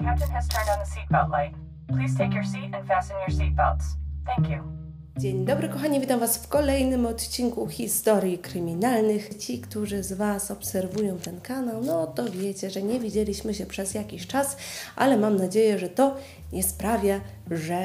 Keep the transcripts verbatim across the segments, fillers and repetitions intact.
Captain has turned on the seatbelt light. Please take your seat and fasten your seatbelts. Thank you. Dzień dobry kochani, witam Was w kolejnym odcinku historii kryminalnych. Ci, którzy z Was obserwują ten kanał, no to wiecie, że nie widzieliśmy się przez jakiś czas, ale mam nadzieję, że to nie sprawia, że,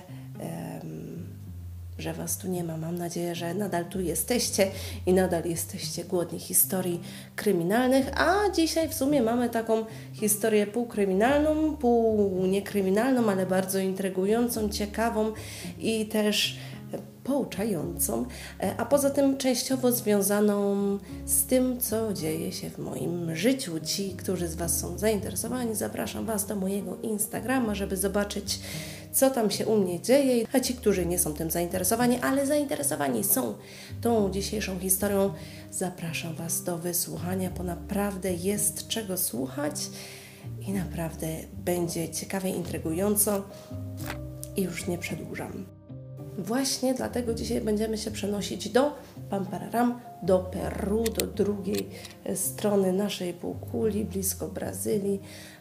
um, że Was tu nie ma. Mam nadzieję, że nadal tu jesteście i nadal jesteście głodni historii kryminalnych, a dzisiaj w sumie mamy taką historię półkryminalną, pół niekryminalną, ale bardzo intrygującą, ciekawą i też pouczającą, a poza tym częściowo związaną z tym, co dzieje się w moim życiu. Ci, którzy z Was są zainteresowani, zapraszam Was do mojego Instagrama, żeby zobaczyć, co tam się u mnie dzieje, a ci, którzy nie są tym zainteresowani, ale zainteresowani są tą dzisiejszą historią, zapraszam Was do wysłuchania, bo naprawdę jest czego słuchać i naprawdę będzie ciekawie, intrygująco i już nie przedłużam. Właśnie dlatego dzisiaj będziemy się przenosić do Pampararam, do Peru, do drugiej strony naszej półkuli, blisko Brazylii,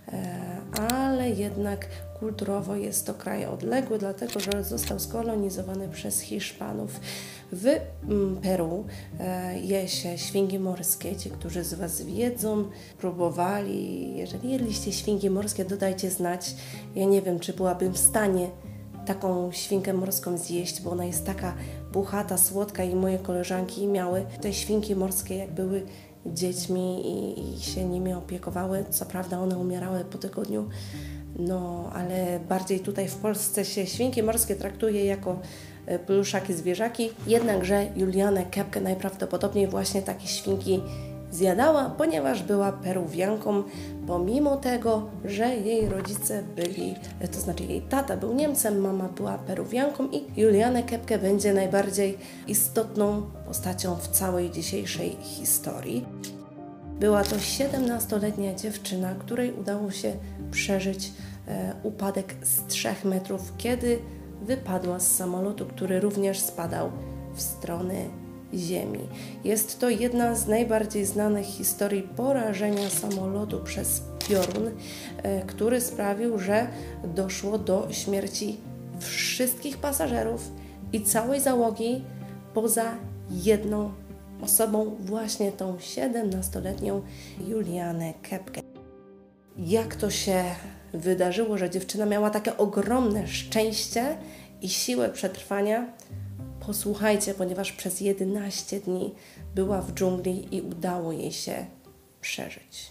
ale jednak kulturowo jest to kraj odległy, dlatego że został skolonizowany przez Hiszpanów. W Peru je się świnki morskie. Ci, którzy z Was wiedzą, próbowali, jeżeli jedliście świnki morskie, dodajcie znać. Ja nie wiem, czy byłabym w stanie taką świnkę morską zjeść, bo ona jest taka puchata, słodka i moje koleżanki miały te świnki morskie, jak były dziećmi i, i się nimi opiekowały. Co prawda one umierały po tygodniu, no ale bardziej tutaj w Polsce się świnki morskie traktuje jako pluszaki, zwierzaki. Jednakże Julianę Kepkę najprawdopodobniej właśnie takie świnki zjadała, ponieważ była Peruwianką, pomimo tego, że jej rodzice byli, to znaczy jej tata był Niemcem, mama była Peruwianką i Julianę Kepkę będzie najbardziej istotną postacią w całej dzisiejszej historii. Była to siedemnastoletnia dziewczyna, której udało się przeżyć e, upadek z trzech metrów, kiedy wypadła z samolotu, który również spadał w stronę Ziemi. Jest to jedna z najbardziej znanych historii porażenia samolotu przez piorun, e, który sprawił, że doszło do śmierci wszystkich pasażerów i całej załogi poza jedną osobą, właśnie tą siedemnastoletnią Julianę Kepkę. Jak to się wydarzyło, że dziewczyna miała takie ogromne szczęście i siłę przetrwania? Posłuchajcie, ponieważ przez jedenaście dni była w dżungli i udało jej się przeżyć.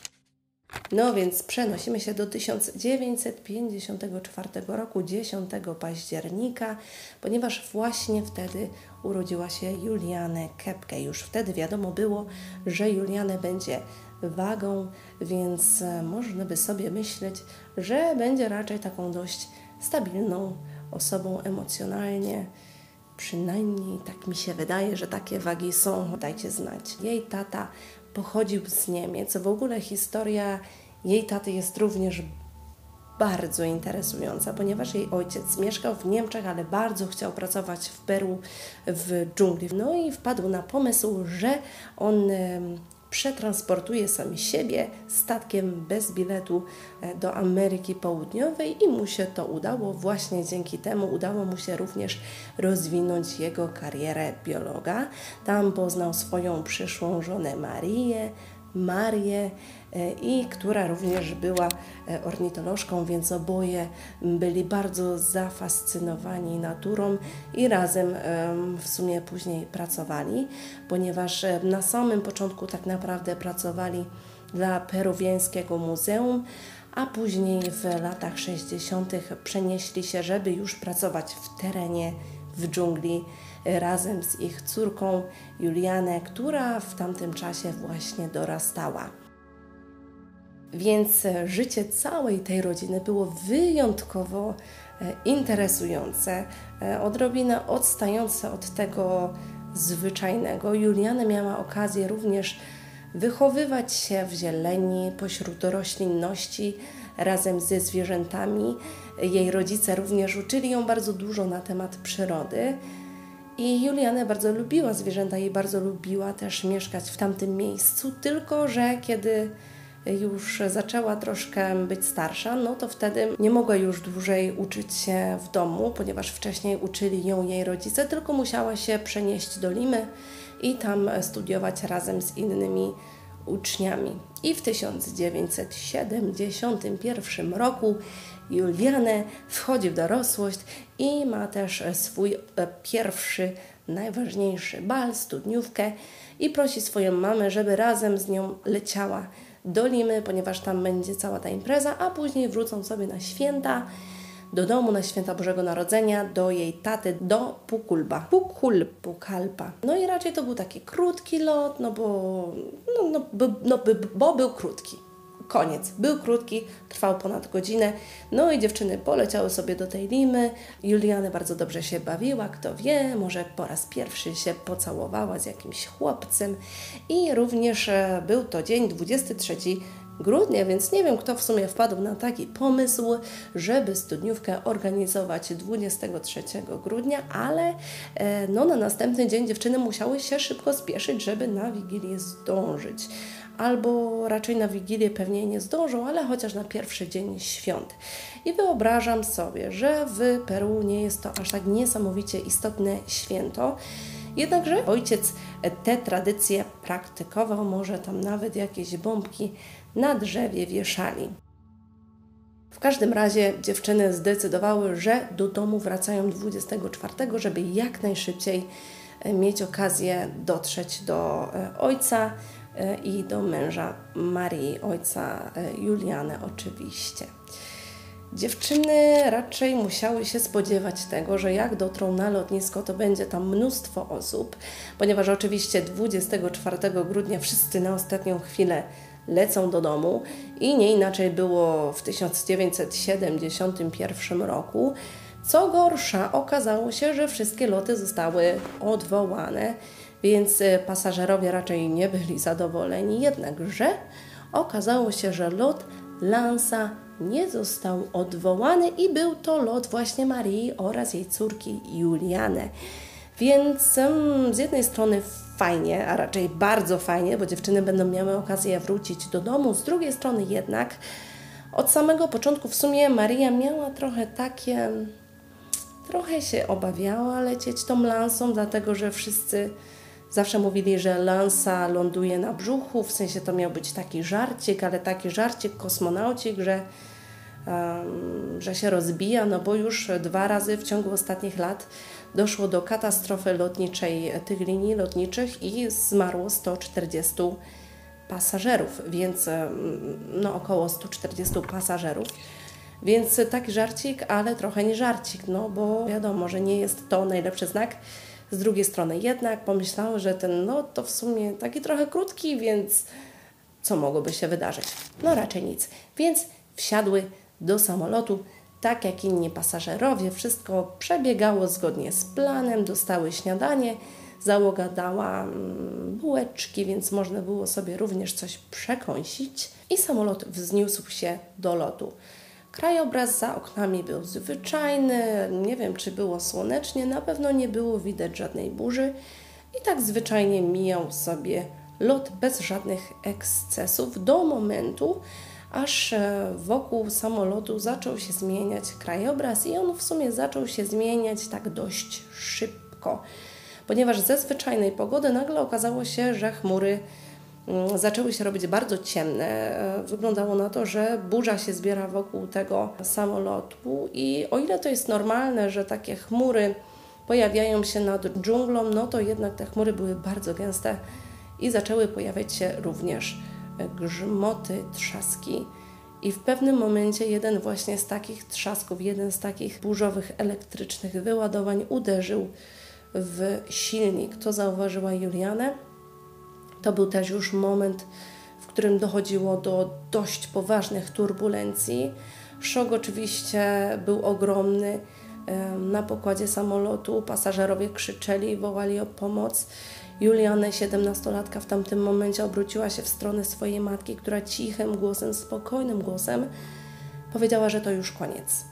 No więc przenosimy się do tysiąc dziewięćset pięćdziesiątego czwartego roku, dziesiątego października, ponieważ właśnie wtedy urodziła się Julianę Kepkę. Już wtedy wiadomo było, że Julianę będzie wagą, więc można by sobie myśleć, że będzie raczej taką dość stabilną osobą emocjonalnie. Przynajmniej tak mi się wydaje, że takie wagi są. Dajcie znać. Jej tata pochodził z Niemiec. W ogóle historia jej taty jest również bardzo interesująca, ponieważ jej ojciec mieszkał w Niemczech, ale bardzo chciał pracować w Peru, w dżungli. No i wpadł na pomysł, że on przetransportuje sam siebie statkiem bez biletu do Ameryki Południowej i mu się to udało. Właśnie dzięki temu udało mu się również rozwinąć jego karierę biologa. Tam poznał swoją przyszłą żonę Marię, Marię i która również była ornitolożką, więc oboje byli bardzo zafascynowani naturą i razem w sumie później pracowali, ponieważ na samym początku tak naprawdę pracowali dla Peruwiańskiego Muzeum, a później w latach sześćdziesiątych przenieśli się, żeby już pracować w terenie, w dżungli, razem z ich córką Julianę, która w tamtym czasie właśnie dorastała. Więc życie całej tej rodziny było wyjątkowo interesujące, odrobinę odstające od tego zwyczajnego. Juliana miała okazję również wychowywać się w zieleni, pośród roślinności, razem ze zwierzętami. Jej rodzice również uczyli ją bardzo dużo na temat przyrody. I Juliana bardzo lubiła zwierzęta i bardzo lubiła też mieszkać w tamtym miejscu, tylko że kiedy już zaczęła troszkę być starsza, no to wtedy nie mogła już dłużej uczyć się w domu, ponieważ wcześniej uczyli ją jej rodzice, tylko musiała się przenieść do Limy i tam studiować razem z innymi uczniami. I w tysiąc dziewięćset siedemdziesiątym pierwszym roku Juliane wchodzi w dorosłość i ma też swój pierwszy, najważniejszy bal, studniówkę i prosi swoją mamę, żeby razem z nią leciała do Limy, ponieważ tam będzie cała ta impreza, a później wrócą sobie na święta do domu, na święta Bożego Narodzenia, do jej taty, do Pukulba. Pukul, Pukalpa. No i raczej to był taki krótki lot, no bo, no, no, bo, no, bo był krótki. Koniec. Był krótki, trwał ponad godzinę. No i dziewczyny poleciały sobie do tej Limy. Juliana bardzo dobrze się bawiła, kto wie, może po raz pierwszy się pocałowała z jakimś chłopcem. I również był to dzień dwudziestego trzeciego grudnia, więc nie wiem, kto w sumie wpadł na taki pomysł, żeby studniówkę organizować dwudziestego trzeciego grudnia, ale no, na następny dzień dziewczyny musiały się szybko spieszyć, żeby na Wigilię zdążyć. Albo raczej na Wigilię pewnie nie zdążą, ale chociaż na pierwszy dzień świąt. I wyobrażam sobie, że w Peru nie jest to aż tak niesamowicie istotne święto, jednakże ojciec te tradycje praktykował, może tam nawet jakieś bombki na drzewie wieszali. W każdym razie dziewczyny zdecydowały, że do domu wracają dwudziestego czwartego, żeby jak najszybciej mieć okazję dotrzeć do ojca i do męża Marii, ojca Juliany oczywiście. Dziewczyny raczej musiały się spodziewać tego, że jak dotrą na lotnisko, to będzie tam mnóstwo osób, ponieważ oczywiście dwudziestego czwartego grudnia wszyscy na ostatnią chwilę lecą do domu i nie inaczej było w tysiąc dziewięćset siedemdziesiątym pierwszym roku. Co gorsza, okazało się, że wszystkie loty zostały odwołane, więc pasażerowie raczej nie byli zadowoleni, jednakże okazało się, że lot Lansa nie został odwołany i był to lot właśnie Marii oraz jej córki Juliany. Więc um, z jednej strony fajnie, a raczej bardzo fajnie, bo dziewczyny będą miały okazję wrócić do domu, z drugiej strony jednak od samego początku w sumie Maria miała trochę takie, trochę się obawiała lecieć tą Lansą, dlatego że wszyscy zawsze mówili, że Lansa ląduje na brzuchu, w sensie to miał być taki żarcik, ale taki żarcik, kosmonaucik, że, um, że się rozbija, no bo już dwa razy w ciągu ostatnich lat doszło do katastrofy lotniczej tych linii lotniczych i zmarło sto czterdziestu pasażerów, więc no około stu czterdziestu pasażerów. Więc taki żarcik, ale trochę nie żarcik, no bo wiadomo, że nie jest to najlepszy znak. Z drugiej strony jednak pomyślałam, że ten lot to w sumie taki trochę krótki, więc co mogłoby się wydarzyć? No raczej nic. Więc wsiadły do samolotu, tak jak inni pasażerowie. Wszystko przebiegało zgodnie z planem, dostały śniadanie, załoga dała bułeczki, więc można było sobie również coś przekąsić i samolot wzniósł się do lotu. Krajobraz za oknami był zwyczajny, nie wiem, czy było słonecznie, na pewno nie było widać żadnej burzy i tak zwyczajnie mijał sobie lot bez żadnych ekscesów do momentu, aż wokół samolotu zaczął się zmieniać krajobraz i on w sumie zaczął się zmieniać tak dość szybko, ponieważ ze zwyczajnej pogody nagle okazało się, że chmury zaczęły się robić bardzo ciemne. Wyglądało na to, że burza się zbiera wokół tego samolotu i o ile to jest normalne, że takie chmury pojawiają się nad dżunglą, no to jednak te chmury były bardzo gęste i zaczęły pojawiać się również grzmoty, trzaski. I w pewnym momencie jeden właśnie z takich trzasków, jeden z takich burzowych elektrycznych wyładowań uderzył w silnik. To zauważyła Juliana. To był też już moment, w którym dochodziło do dość poważnych turbulencji. Szok oczywiście był ogromny. Na pokładzie samolotu pasażerowie krzyczeli, wołali o pomoc. Juliana, siedemnastolatka, w tamtym momencie obróciła się w stronę swojej matki, która cichym głosem, spokojnym głosem powiedziała, że to już koniec.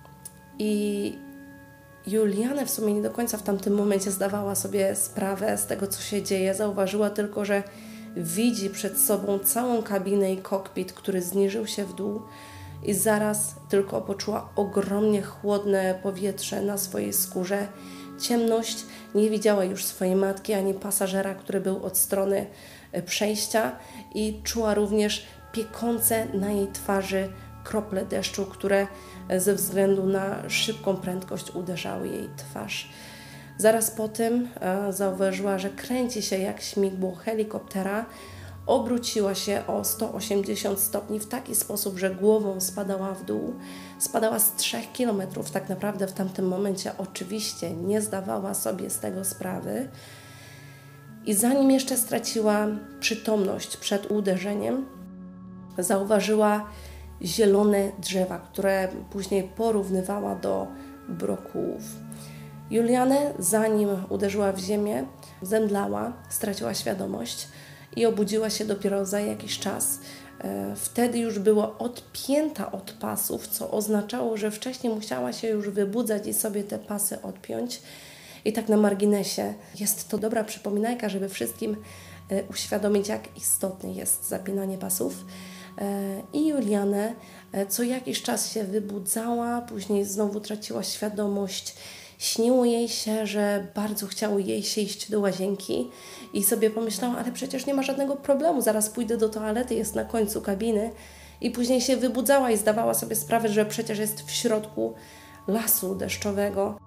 I Juliana w sumie nie do końca w tamtym momencie zdawała sobie sprawę z tego, co się dzieje. Zauważyła tylko, że widzi przed sobą całą kabinę i kokpit, który zniżył się w dół i zaraz tylko poczuła ogromnie chłodne powietrze na swojej skórze. Ciemność, nie widziała już swojej matki ani pasażera, który był od strony przejścia i czuła również piekące na jej twarzy krople deszczu, które ze względu na szybką prędkość uderzały jej twarz. Zaraz po tym e, zauważyła, że kręci się jak śmigło helikoptera, obróciła się o sto osiemdziesiąt stopni w taki sposób, że głową spadała w dół. Spadała z trzech kilometrów, tak naprawdę w tamtym momencie oczywiście nie zdawała sobie z tego sprawy. I zanim jeszcze straciła przytomność przed uderzeniem, zauważyła zielone drzewa, które później porównywała do brokułów. Julianę, zanim uderzyła w ziemię, zemdlała, straciła świadomość i obudziła się dopiero za jakiś czas. Wtedy już była odpięta od pasów, co oznaczało, że wcześniej musiała się już wybudzać i sobie te pasy odpiąć. I tak na marginesie, jest to dobra przypominajka, żeby wszystkim uświadomić, jak istotne jest zapinanie pasów. I Julianę co jakiś czas się wybudzała, później znowu traciła świadomość. Śniło jej się, że bardzo chciało jej się iść do łazienki i sobie pomyślała, ale przecież nie ma żadnego problemu, zaraz pójdę do toalety, jest na końcu kabiny. I później się wybudzała i zdawała sobie sprawę, że przecież jest w środku lasu deszczowego.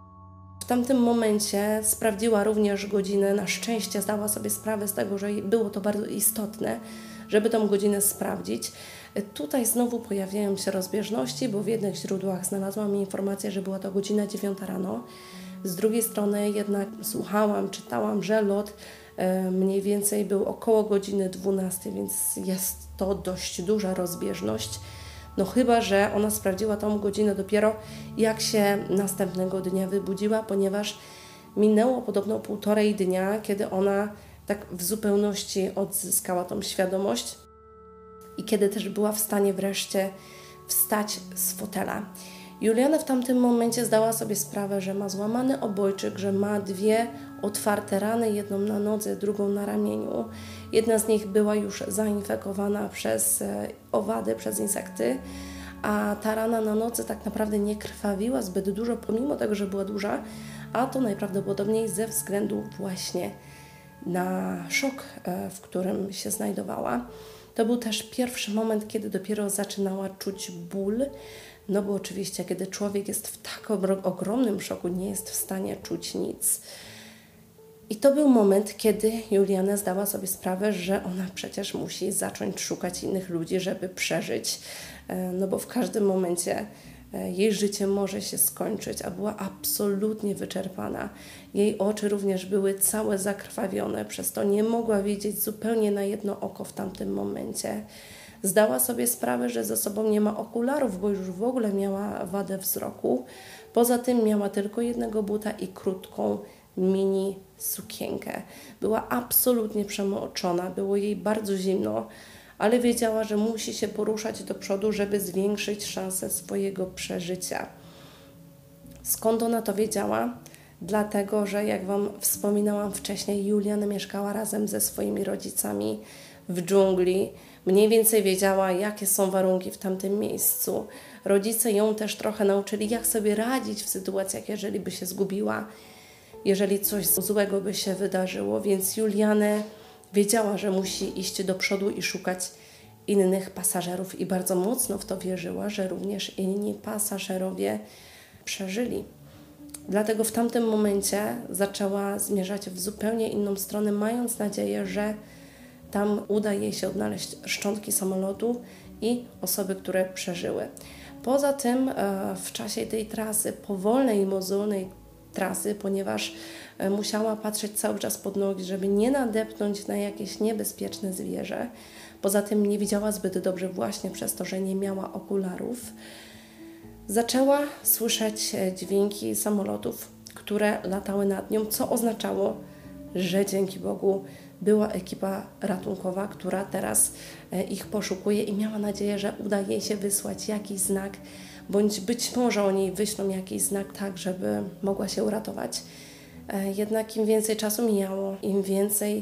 W tamtym momencie sprawdziła również godzinę, na szczęście zdała sobie sprawę z tego, że było to bardzo istotne, żeby tą godzinę sprawdzić. Tutaj znowu pojawiają się rozbieżności, bo w jednych źródłach znalazłam informację, że była to godzina dziewiąta rano. Z drugiej strony jednak słuchałam, czytałam, że lot e, mniej więcej był około godziny dwunastej, więc jest to dość duża rozbieżność. No chyba że ona sprawdziła tą godzinę dopiero jak się następnego dnia wybudziła, ponieważ minęło podobno półtorej dnia, kiedy ona tak w zupełności odzyskała tą świadomość i kiedy też była w stanie wreszcie wstać z fotela. Juliana w tamtym momencie zdała sobie sprawę, że ma złamany obojczyk, że ma dwie otwarte rany, jedną na nodze, drugą na ramieniu. Jedna z nich była już zainfekowana przez owady, przez insekty, a ta rana na nodze tak naprawdę nie krwawiła zbyt dużo, pomimo tego, że była duża, a to najprawdopodobniej ze względu właśnie na szok, w którym się znajdowała. To był też pierwszy moment, kiedy dopiero zaczynała czuć ból, no bo oczywiście, kiedy człowiek jest w tak ogromnym szoku, nie jest w stanie czuć nic. I to był moment, kiedy Juliana zdała sobie sprawę, że ona przecież musi zacząć szukać innych ludzi, żeby przeżyć, no bo w każdym momencie jej życie może się skończyć, a była absolutnie wyczerpana. Jej oczy również były całe zakrwawione, przez to nie mogła widzieć zupełnie na jedno oko w tamtym momencie. Zdała sobie sprawę, że ze sobą nie ma okularów, bo już w ogóle miała wadę wzroku. Poza tym miała tylko jednego buta i krótką mini sukienkę. Była absolutnie przemoczona, było jej bardzo zimno, ale wiedziała, że musi się poruszać do przodu, żeby zwiększyć szanse swojego przeżycia. Skąd ona to wiedziała? Dlatego, że jak Wam wspominałam wcześniej, Juliana mieszkała razem ze swoimi rodzicami w dżungli. Mniej więcej wiedziała, jakie są warunki w tamtym miejscu. Rodzice ją też trochę nauczyli, jak sobie radzić w sytuacjach, jeżeli by się zgubiła, jeżeli coś złego by się wydarzyło, więc Juliana wiedziała, że musi iść do przodu i szukać innych pasażerów i bardzo mocno w to wierzyła, że również inni pasażerowie przeżyli. Dlatego w tamtym momencie zaczęła zmierzać w zupełnie inną stronę, mając nadzieję, że tam uda jej się odnaleźć szczątki samolotu i osoby, które przeżyły. Poza tym w czasie tej trasy, powolnej i mozolnej trasy, ponieważ musiała patrzeć cały czas pod nogi, żeby nie nadepnąć na jakieś niebezpieczne zwierzę. Poza tym nie widziała zbyt dobrze właśnie przez to, że nie miała okularów. Zaczęła słyszeć dźwięki samolotów, które latały nad nią, co oznaczało, że dzięki Bogu była ekipa ratunkowa, która teraz ich poszukuje i miała nadzieję, że uda jej się wysłać jakiś znak, bądź być może oni wyślą jakiś znak tak, żeby mogła się uratować. Jednak im więcej czasu mijało, im więcej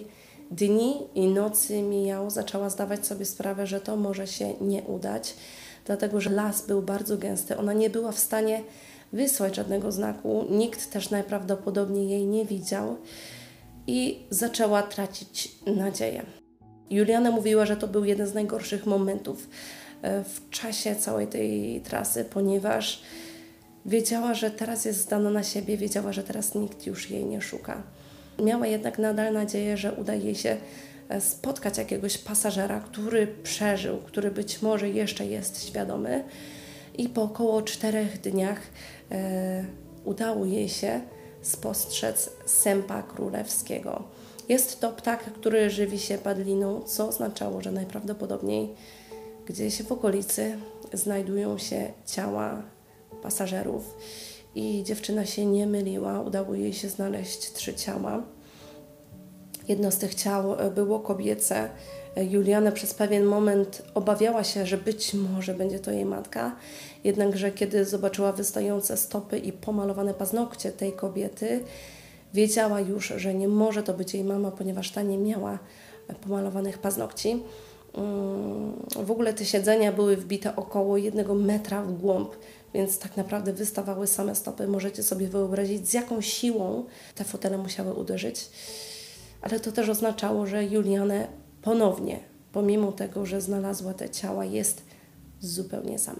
dni i nocy mijało, zaczęła zdawać sobie sprawę, że to może się nie udać, dlatego że las był bardzo gęsty. Ona nie była w stanie wysłać żadnego znaku, nikt też najprawdopodobniej jej nie widział i zaczęła tracić nadzieję. Juliana mówiła, że to był jeden z najgorszych momentów w czasie całej tej trasy, ponieważ wiedziała, że teraz jest zdana na siebie, wiedziała, że teraz nikt już jej nie szuka. Miała jednak nadal nadzieję, że uda jej się spotkać jakiegoś pasażera, który przeżył, który być może jeszcze jest świadomy. I po około czterech dniach e, udało jej się spostrzec sępa królewskiego. Jest to ptak, który żywi się padliną, co oznaczało, że najprawdopodobniej gdzieś w okolicy znajdują się ciała pasażerów. I dziewczyna się nie myliła, udało jej się znaleźć trzy ciała. Jedno z tych ciał było kobiece. Juliana przez pewien moment obawiała się, że być może będzie to jej matka, jednakże kiedy zobaczyła wystające stopy i pomalowane paznokcie tej kobiety, wiedziała już, że nie może to być jej mama, ponieważ ta nie miała pomalowanych paznokci. W ogóle te siedzenia były wbite około jednego metra w głąb, więc tak naprawdę wystawały same stopy. Możecie sobie wyobrazić, z jaką siłą te fotele musiały uderzyć. Ale to też oznaczało, że Julianę ponownie, pomimo tego, że znalazła te ciała, jest zupełnie sama.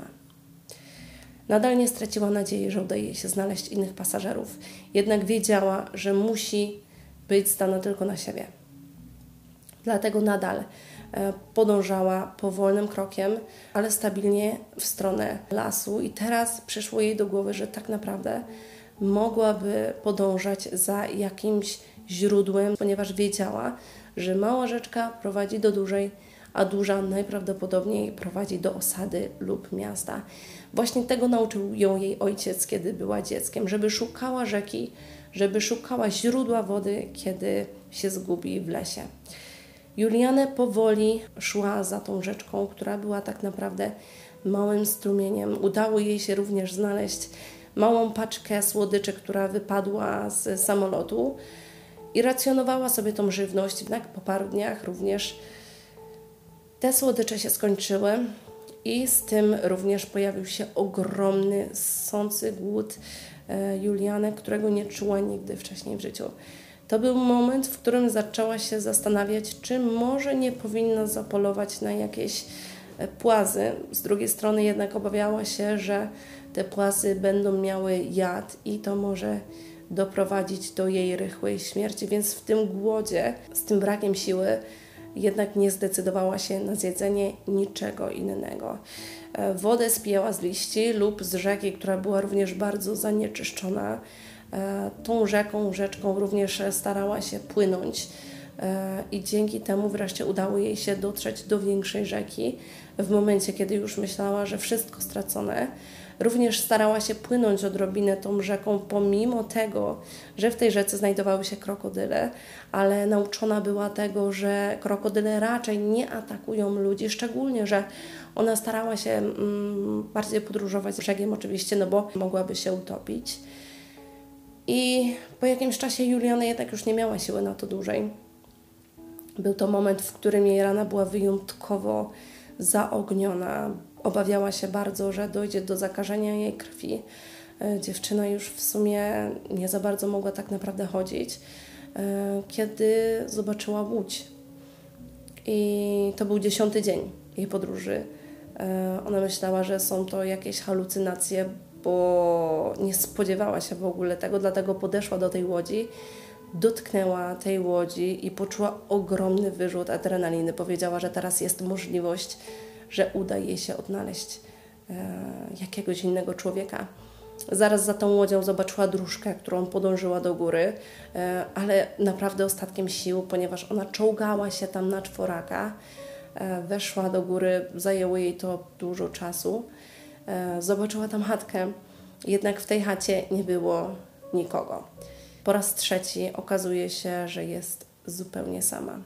Nadal nie straciła nadziei, że uda jej się znaleźć innych pasażerów. Jednak wiedziała, że musi być zdana tylko na siebie. Dlatego nadal podążała powolnym krokiem, ale stabilnie w stronę lasu i teraz przyszło jej do głowy, że tak naprawdę mogłaby podążać za jakimś źródłem, ponieważ wiedziała, że mała rzeczka prowadzi do dużej, a duża najprawdopodobniej prowadzi do osady lub miasta. Właśnie tego nauczył ją jej ojciec, kiedy była dzieckiem, żeby szukała rzeki, żeby szukała źródła wody, kiedy się zgubi w lesie. Juliana powoli szła za tą rzeczką, która była tak naprawdę małym strumieniem. Udało jej się również znaleźć małą paczkę słodyczy, która wypadła z samolotu i racjonowała sobie tą żywność. Jednak po paru dniach również te słodycze się skończyły i z tym również pojawił się ogromny, ssący głód Juliany, którego nie czuła nigdy wcześniej w życiu. To był moment, w którym zaczęła się zastanawiać, czy może nie powinna zapolować na jakieś płazy. Z drugiej strony jednak obawiała się, że te płazy będą miały jad i to może doprowadzić do jej rychłej śmierci, więc w tym głodzie, z tym brakiem siły jednak nie zdecydowała się na zjedzenie niczego innego. Wodę spijała z liści lub z rzeki, która była również bardzo zanieczyszczona. Tą rzeką, rzeczką również starała się płynąć i dzięki temu wreszcie udało jej się dotrzeć do większej rzeki w momencie, kiedy już myślała, że wszystko stracone. Również starała się płynąć odrobinę tą rzeką, pomimo tego, że w tej rzece znajdowały się krokodyle, ale nauczona była tego, że krokodyle raczej nie atakują ludzi, szczególnie, że ona starała się mm, bardziej podróżować brzegiem oczywiście, no bo mogłaby się utopić. I po jakimś czasie Juliana jednak już nie miała siły na to dłużej. Był to moment, w którym jej rana była wyjątkowo zaogniona. Obawiała się bardzo, że dojdzie do zakażenia jej krwi. Dziewczyna już w sumie nie za bardzo mogła tak naprawdę chodzić, kiedy zobaczyła łódź. I to był dziesiąty dzień jej podróży. Ona myślała, że są to jakieś halucynacje, bo nie spodziewała się w ogóle tego, dlatego podeszła do tej łodzi, dotknęła tej łodzi i poczuła ogromny wyrzut adrenaliny. Powiedziała, że teraz jest możliwość, że uda jej się odnaleźć e, jakiegoś innego człowieka. Zaraz za tą łodzią zobaczyła dróżkę, którą podążyła do góry, e, ale naprawdę ostatkiem sił, ponieważ ona czołgała się tam na czworaka. E, weszła do góry, zajęło jej to dużo czasu. E, zobaczyła tam chatkę, jednak w tej chacie nie było nikogo. Po raz trzeci okazuje się, że jest zupełnie sama.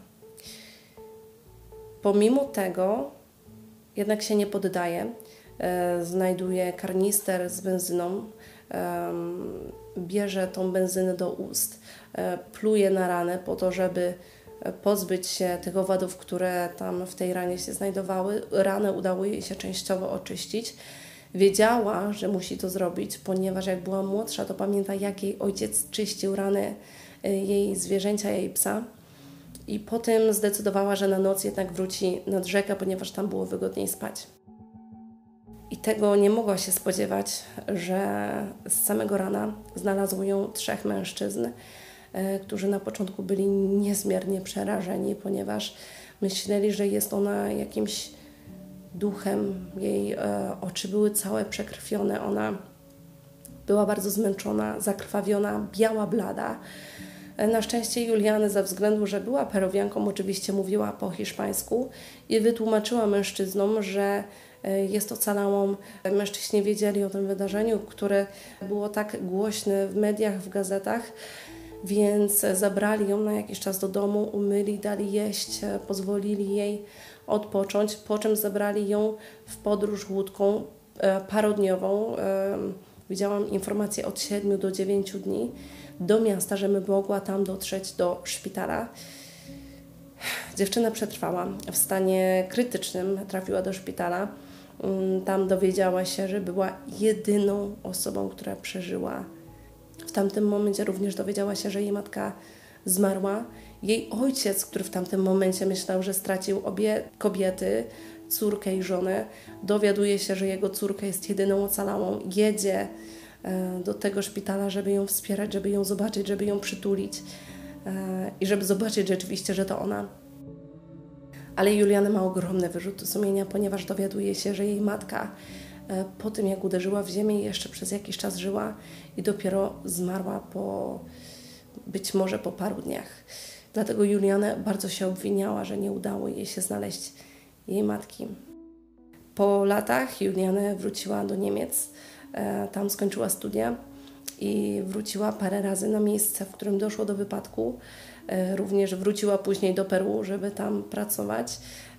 Pomimo tego jednak się nie poddaje. E, znajduje karnister z benzyną, e, bierze tą benzynę do ust, e, pluje na ranę po to, żeby pozbyć się tych owadów, które tam w tej ranie się znajdowały. Ranę udało jej się częściowo oczyścić. Wiedziała, że musi to zrobić, ponieważ jak była młodsza, to pamięta, jak jej ojciec czyścił rany jej zwierzęcia, jej psa. I potem zdecydowała, że na noc jednak wróci nad rzekę, ponieważ tam było wygodniej spać. I tego nie mogła się spodziewać, że z samego rana znalazło ją trzech mężczyzn, którzy na początku byli niezmiernie przerażeni, ponieważ myśleli, że jest ona jakimś duchem. Jej oczy były całe przekrwione, ona była bardzo zmęczona, zakrwawiona, biała, blada. Na szczęście Juliana, ze względu, że była Peruwianką, oczywiście mówiła po hiszpańsku i wytłumaczyła mężczyznom, że jest ocalałą. Mężczyźni wiedzieli o tym wydarzeniu, które było tak głośne w mediach, w gazetach, więc zabrali ją na jakiś czas do domu, umyli, dali jeść, pozwolili jej odpocząć, po czym zabrali ją w podróż łódką parodniową. Widziałam informację od siedmiu do dziewięciu dni do miasta, żeby mogła tam dotrzeć do szpitala. Dziewczyna przetrwała. W stanie krytycznym trafiła do szpitala. Tam dowiedziała się, że była jedyną osobą, która przeżyła. W tamtym momencie również dowiedziała się, że jej matka zmarła. Jej ojciec, który w tamtym momencie myślał, że stracił obie kobiety, córkę i żonę, dowiaduje się, że jego córka jest jedyną ocalałą. Jedzie do tego szpitala, żeby ją wspierać, żeby ją zobaczyć, żeby ją przytulić i żeby zobaczyć rzeczywiście, że to ona. Ale Juliana ma ogromne wyrzuty sumienia, ponieważ dowiaduje się, że jej matka po tym, jak uderzyła w ziemię, jeszcze przez jakiś czas żyła i dopiero zmarła po, być może po paru dniach. Dlatego Juliana bardzo się obwiniała, że nie udało jej się znaleźć jej matki. Po latach Juliana wróciła do Niemiec, tam skończyła studia i wróciła parę razy na miejsce, w którym doszło do wypadku. Również wróciła później do Peru, żeby tam pracować.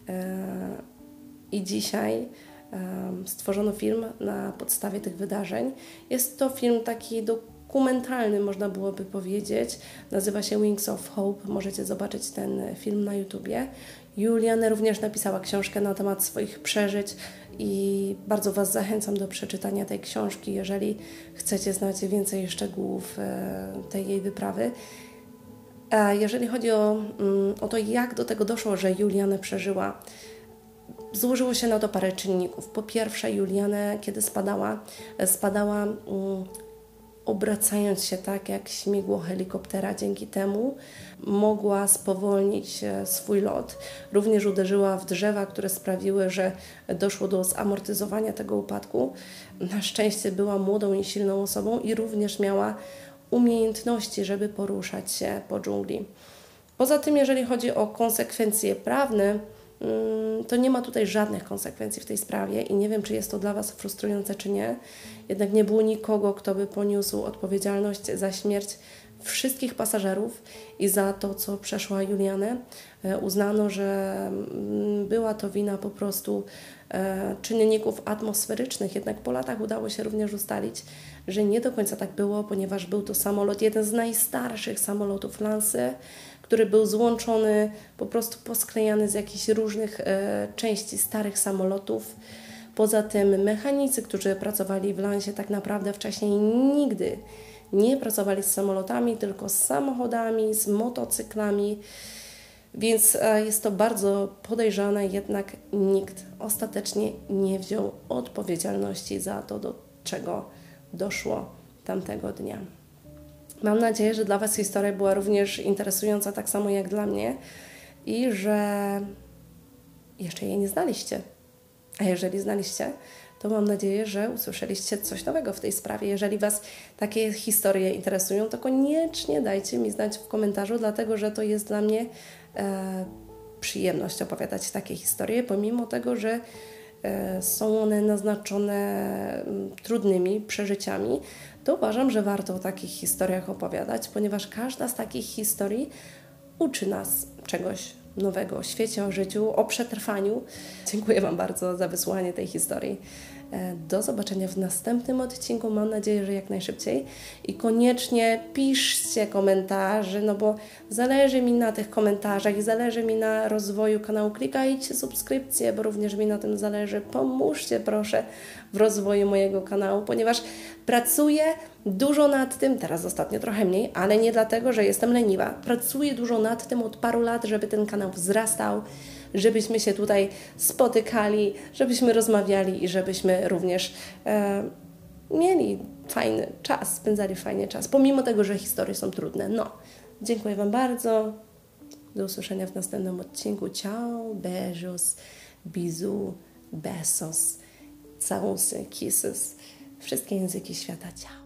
I dzisiaj stworzono film na podstawie tych wydarzeń. Jest to film taki dokumentalny, można byłoby powiedzieć. Nazywa się Wings of Hope. Możecie zobaczyć ten film na YouTubie. Juliana również napisała książkę na temat swoich przeżyć i bardzo Was zachęcam do przeczytania tej książki, jeżeli chcecie znać więcej szczegółów tej jej wyprawy. A jeżeli chodzi o, o to, jak do tego doszło, że Juliana przeżyła, złożyło się na to parę czynników. Po pierwsze, Juliana, kiedy spadała, spadała um, obracając się tak jak śmigło helikoptera. Dzięki temu mogła spowolnić swój lot. Również uderzyła w drzewa, które sprawiły, że doszło do zamortyzowania tego upadku. Na szczęście była młodą i silną osobą i również miała umiejętności, żeby poruszać się po dżungli. Poza tym, jeżeli chodzi o konsekwencje prawne, to nie ma tutaj żadnych konsekwencji w tej sprawie i nie wiem, czy jest to dla Was frustrujące, czy nie. Jednak nie było nikogo, kto by poniósł odpowiedzialność za śmierć wszystkich pasażerów i za to, co przeszła Juliana. Uznano, że była to wina po prostu czynników atmosferycznych, jednak po latach udało się również ustalić, że nie do końca tak było, ponieważ był to samolot, jeden z najstarszych samolotów Lansy, który był złączony, po prostu posklejany z jakichś różnych e, części starych samolotów. Poza tym mechanicy, którzy pracowali w Lansie, tak naprawdę wcześniej nigdy nie pracowali z samolotami, tylko z samochodami, z motocyklami, więc e, jest to bardzo podejrzane, jednak nikt ostatecznie nie wziął odpowiedzialności za to, do czego doszło tamtego dnia. Mam nadzieję, że dla Was historia była również interesująca, tak samo jak dla mnie i że jeszcze jej nie znaliście. A jeżeli znaliście, to mam nadzieję, że usłyszeliście coś nowego w tej sprawie. Jeżeli Was takie historie interesują, to koniecznie dajcie mi znać w komentarzu, dlatego że to jest dla mnie e, przyjemność opowiadać takie historie, pomimo tego, że e, są one naznaczone m, trudnymi przeżyciami, to uważam, że warto o takich historiach opowiadać, ponieważ każda z takich historii uczy nas czegoś nowego o świecie, o życiu, o przetrwaniu. Dziękuję Wam bardzo za wysłuchanie tej historii. Do zobaczenia w następnym odcinku, mam nadzieję, że jak najszybciej. I koniecznie piszcie komentarze, no bo zależy mi na tych komentarzach i zależy mi na rozwoju kanału. Klikajcie subskrypcję, bo również mi na tym zależy. Pomóżcie proszę w rozwoju mojego kanału, ponieważ pracuję dużo nad tym, teraz ostatnio trochę mniej, ale nie dlatego, że jestem leniwa. Pracuję dużo nad tym od paru lat, żeby ten kanał wzrastał, żebyśmy się tutaj spotykali, żebyśmy rozmawiali i żebyśmy również e, mieli fajny czas, spędzali fajnie czas, pomimo tego, że historie są trudne. No, dziękuję Wam bardzo. Do usłyszenia w następnym odcinku. Ciao, beijos, bisous, besos, całusy, kisses, wszystkie języki świata. Ciao.